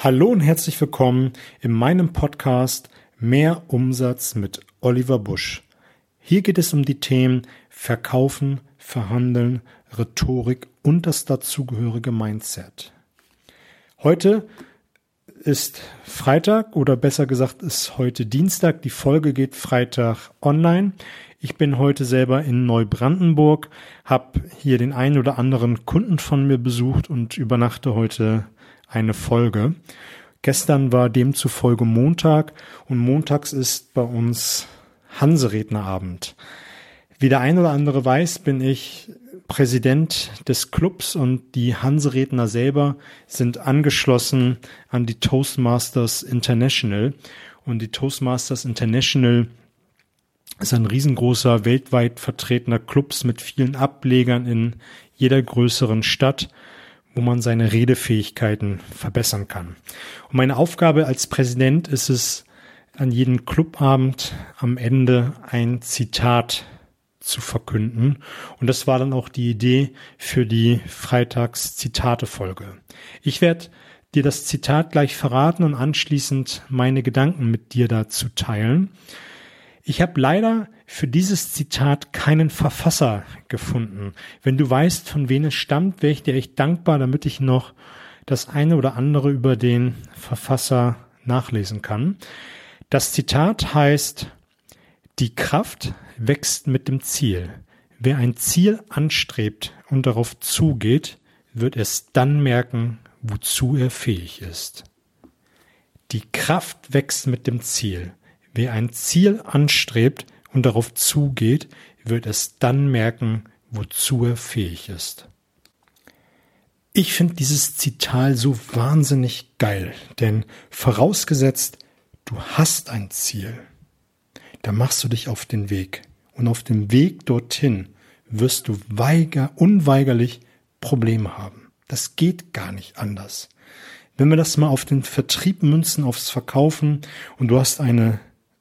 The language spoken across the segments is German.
Hallo und herzlich willkommen in meinem Podcast Mehr Umsatz mit Oliver Busch. Hier geht es um die Themen Verkaufen, Verhandeln, Rhetorik und das dazugehörige Mindset. Heute ist Freitag oder besser gesagt ist heute Dienstag. Die Folge geht Freitag online. Ich bin heute selber in Neubrandenburg, habe hier den einen oder anderen Kunden von mir besucht und übernachte heute eine Folge. Gestern war demzufolge Montag und montags ist bei uns Hanserednerabend. Wie der ein oder andere weiß, bin ich Präsident des Clubs und die Hanseredner selber sind angeschlossen an die Toastmasters International. Und die Toastmasters International ist ein riesengroßer, weltweit vertretener Clubs mit vielen Ablegern in jeder größeren Stadt, wo man seine Redefähigkeiten verbessern kann. Und meine Aufgabe als Präsident ist es, an jedem Clubabend am Ende ein Zitat zu verkünden. Und das war dann auch die Idee für die Freitags-Zitate-Folge. Ich werde dir das Zitat gleich verraten und anschließend meine Gedanken mit dir dazu teilen. Ich habe leider für dieses Zitat keinen Verfasser gefunden. Wenn du weißt, von wem es stammt, wäre ich dir echt dankbar, damit ich noch das eine oder andere über den Verfasser nachlesen kann. Das Zitat heißt: Die Kraft wächst mit dem Ziel. Wer ein Ziel anstrebt und darauf zugeht, wird es dann merken, wozu er fähig ist. Die Kraft wächst mit dem Ziel. Wer ein Ziel anstrebt und darauf zugeht, wird es dann merken, wozu er fähig ist. Ich finde dieses Zitat so wahnsinnig geil, denn vorausgesetzt, du hast ein Ziel, da machst du dich auf den Weg. Und auf dem Weg dorthin wirst du unweigerlich Probleme haben. Das geht gar nicht anders. Wenn wir das mal auf den Vertrieb münzen, aufs Verkaufen und du hast eine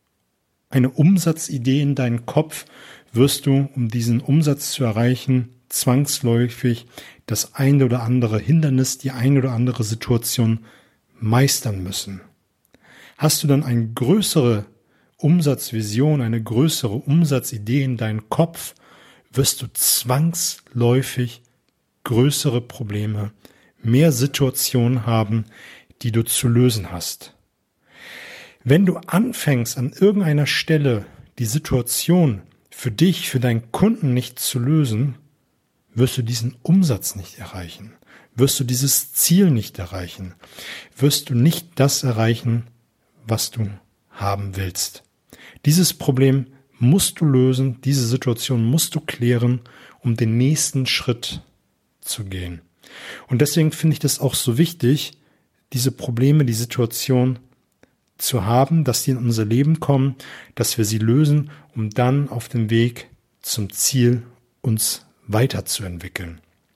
Umsatzidee in deinem Kopf, wirst du, um diesen Umsatz zu erreichen, zwangsläufig das eine oder andere Hindernis, die eine oder andere Situation meistern müssen. Hast du dann eine größere Umsatzvision, eine größere Umsatzidee in deinem Kopf, wirst du zwangsläufig größere Probleme, mehr Situationen haben, die du zu lösen hast. Wenn du anfängst, an irgendeiner Stelle die Situation für dich, für deinen Kunden nicht zu lösen, wirst du diesen Umsatz nicht erreichen, wirst du dieses Ziel nicht erreichen, wirst du nicht das erreichen, was du haben willst. Dieses Problem musst du lösen, diese Situation musst du klären, um den nächsten Schritt zu gehen. Und deswegen finde ich das auch so wichtig, diese Probleme, die Situation zu haben, dass sie in unser Leben kommen, dass wir sie lösen, um dann auf dem Weg zum Ziel uns weiterzuentwickeln.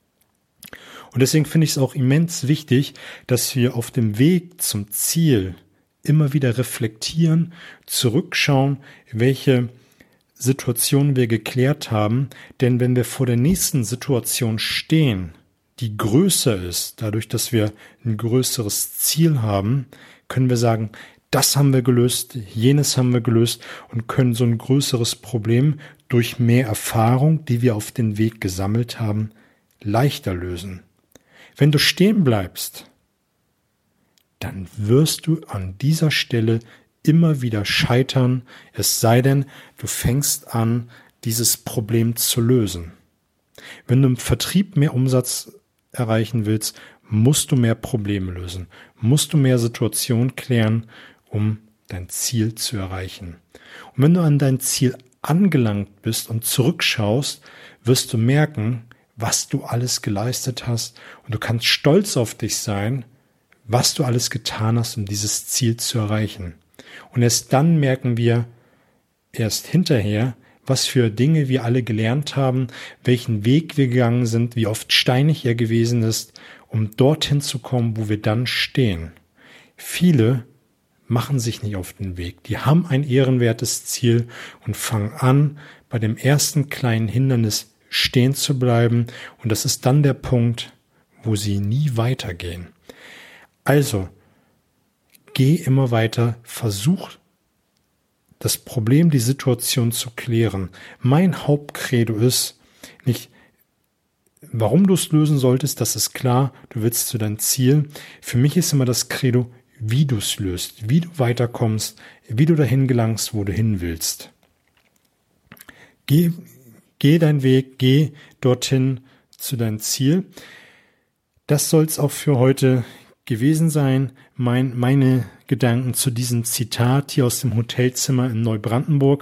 Und deswegen finde ich es auch immens wichtig, dass wir auf dem Weg zum Ziel immer wieder reflektieren, zurückschauen, welche Situationen wir geklärt haben. Denn wenn wir vor der nächsten Situation stehen, die größer ist, dadurch, dass wir ein größeres Ziel haben, können wir sagen, das haben wir gelöst, jenes haben wir gelöst und können so ein größeres Problem durch mehr Erfahrung, die wir auf den Weg gesammelt haben, leichter lösen. Wenn du stehen bleibst, dann wirst du an dieser Stelle immer wieder scheitern, es sei denn, du fängst an, dieses Problem zu lösen. Wenn du im Vertrieb mehr Umsatz erreichen willst, musst du mehr Probleme lösen, musst du mehr Situationen klären, um dein Ziel zu erreichen. Und wenn du an dein Ziel angelangt bist und zurückschaust, wirst du merken, was du alles geleistet hast und du kannst stolz auf dich sein, was du alles getan hast, um dieses Ziel zu erreichen. Und erst dann merken wir, erst hinterher, was für Dinge wir alle gelernt haben, welchen Weg wir gegangen sind, wie oft steinig er gewesen ist, um dorthin zu kommen, wo wir dann stehen. Viele machen sich nicht auf den Weg. Die haben ein ehrenwertes Ziel und fangen an, bei dem ersten kleinen Hindernis stehen zu bleiben. Und das ist dann der Punkt, wo sie nie weitergehen. Also, geh immer weiter, versuch das Problem, die Situation zu klären. Mein Hauptcredo ist nicht, warum du es lösen solltest, das ist klar, du willst zu deinem Ziel. Für mich ist immer das Credo, wie du es löst, wie du weiterkommst, wie du dahin gelangst, wo du hin willst. Geh deinen Weg, geh dorthin zu deinem Ziel. Das soll es auch für heute gewesen sein. Meine Gedanken zu diesem Zitat hier aus dem Hotelzimmer in Neubrandenburg.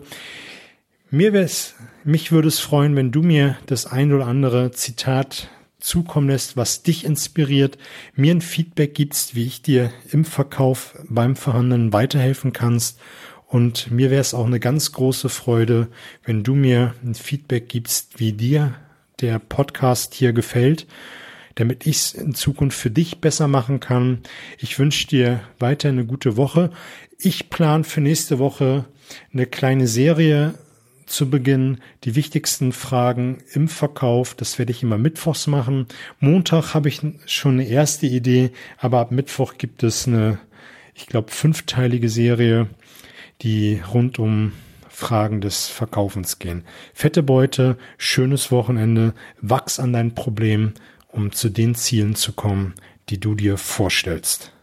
Mich würde es freuen, wenn du mir das ein oder andere Zitat zukommen lässt, was dich inspiriert, mir ein Feedback gibst, wie ich dir im Verkauf beim Verhandeln weiterhelfen kannst. Und mir wäre es auch eine ganz große Freude, wenn du mir ein Feedback gibst, wie dir der Podcast hier gefällt, damit ich es in Zukunft für dich besser machen kann. Ich wünsche dir weiter eine gute Woche. Ich plane für nächste Woche eine kleine Serie zu beginnen. Die wichtigsten Fragen im Verkauf, das werde ich immer mittwochs machen. Montag habe ich schon eine erste Idee, aber ab Mittwoch gibt es eine, ich glaube, 5-teilige Serie, die rund um Fragen des Verkaufens gehen. Fette Beute, schönes Wochenende, wachs an dein Problem, um zu den Zielen zu kommen, die du dir vorstellst.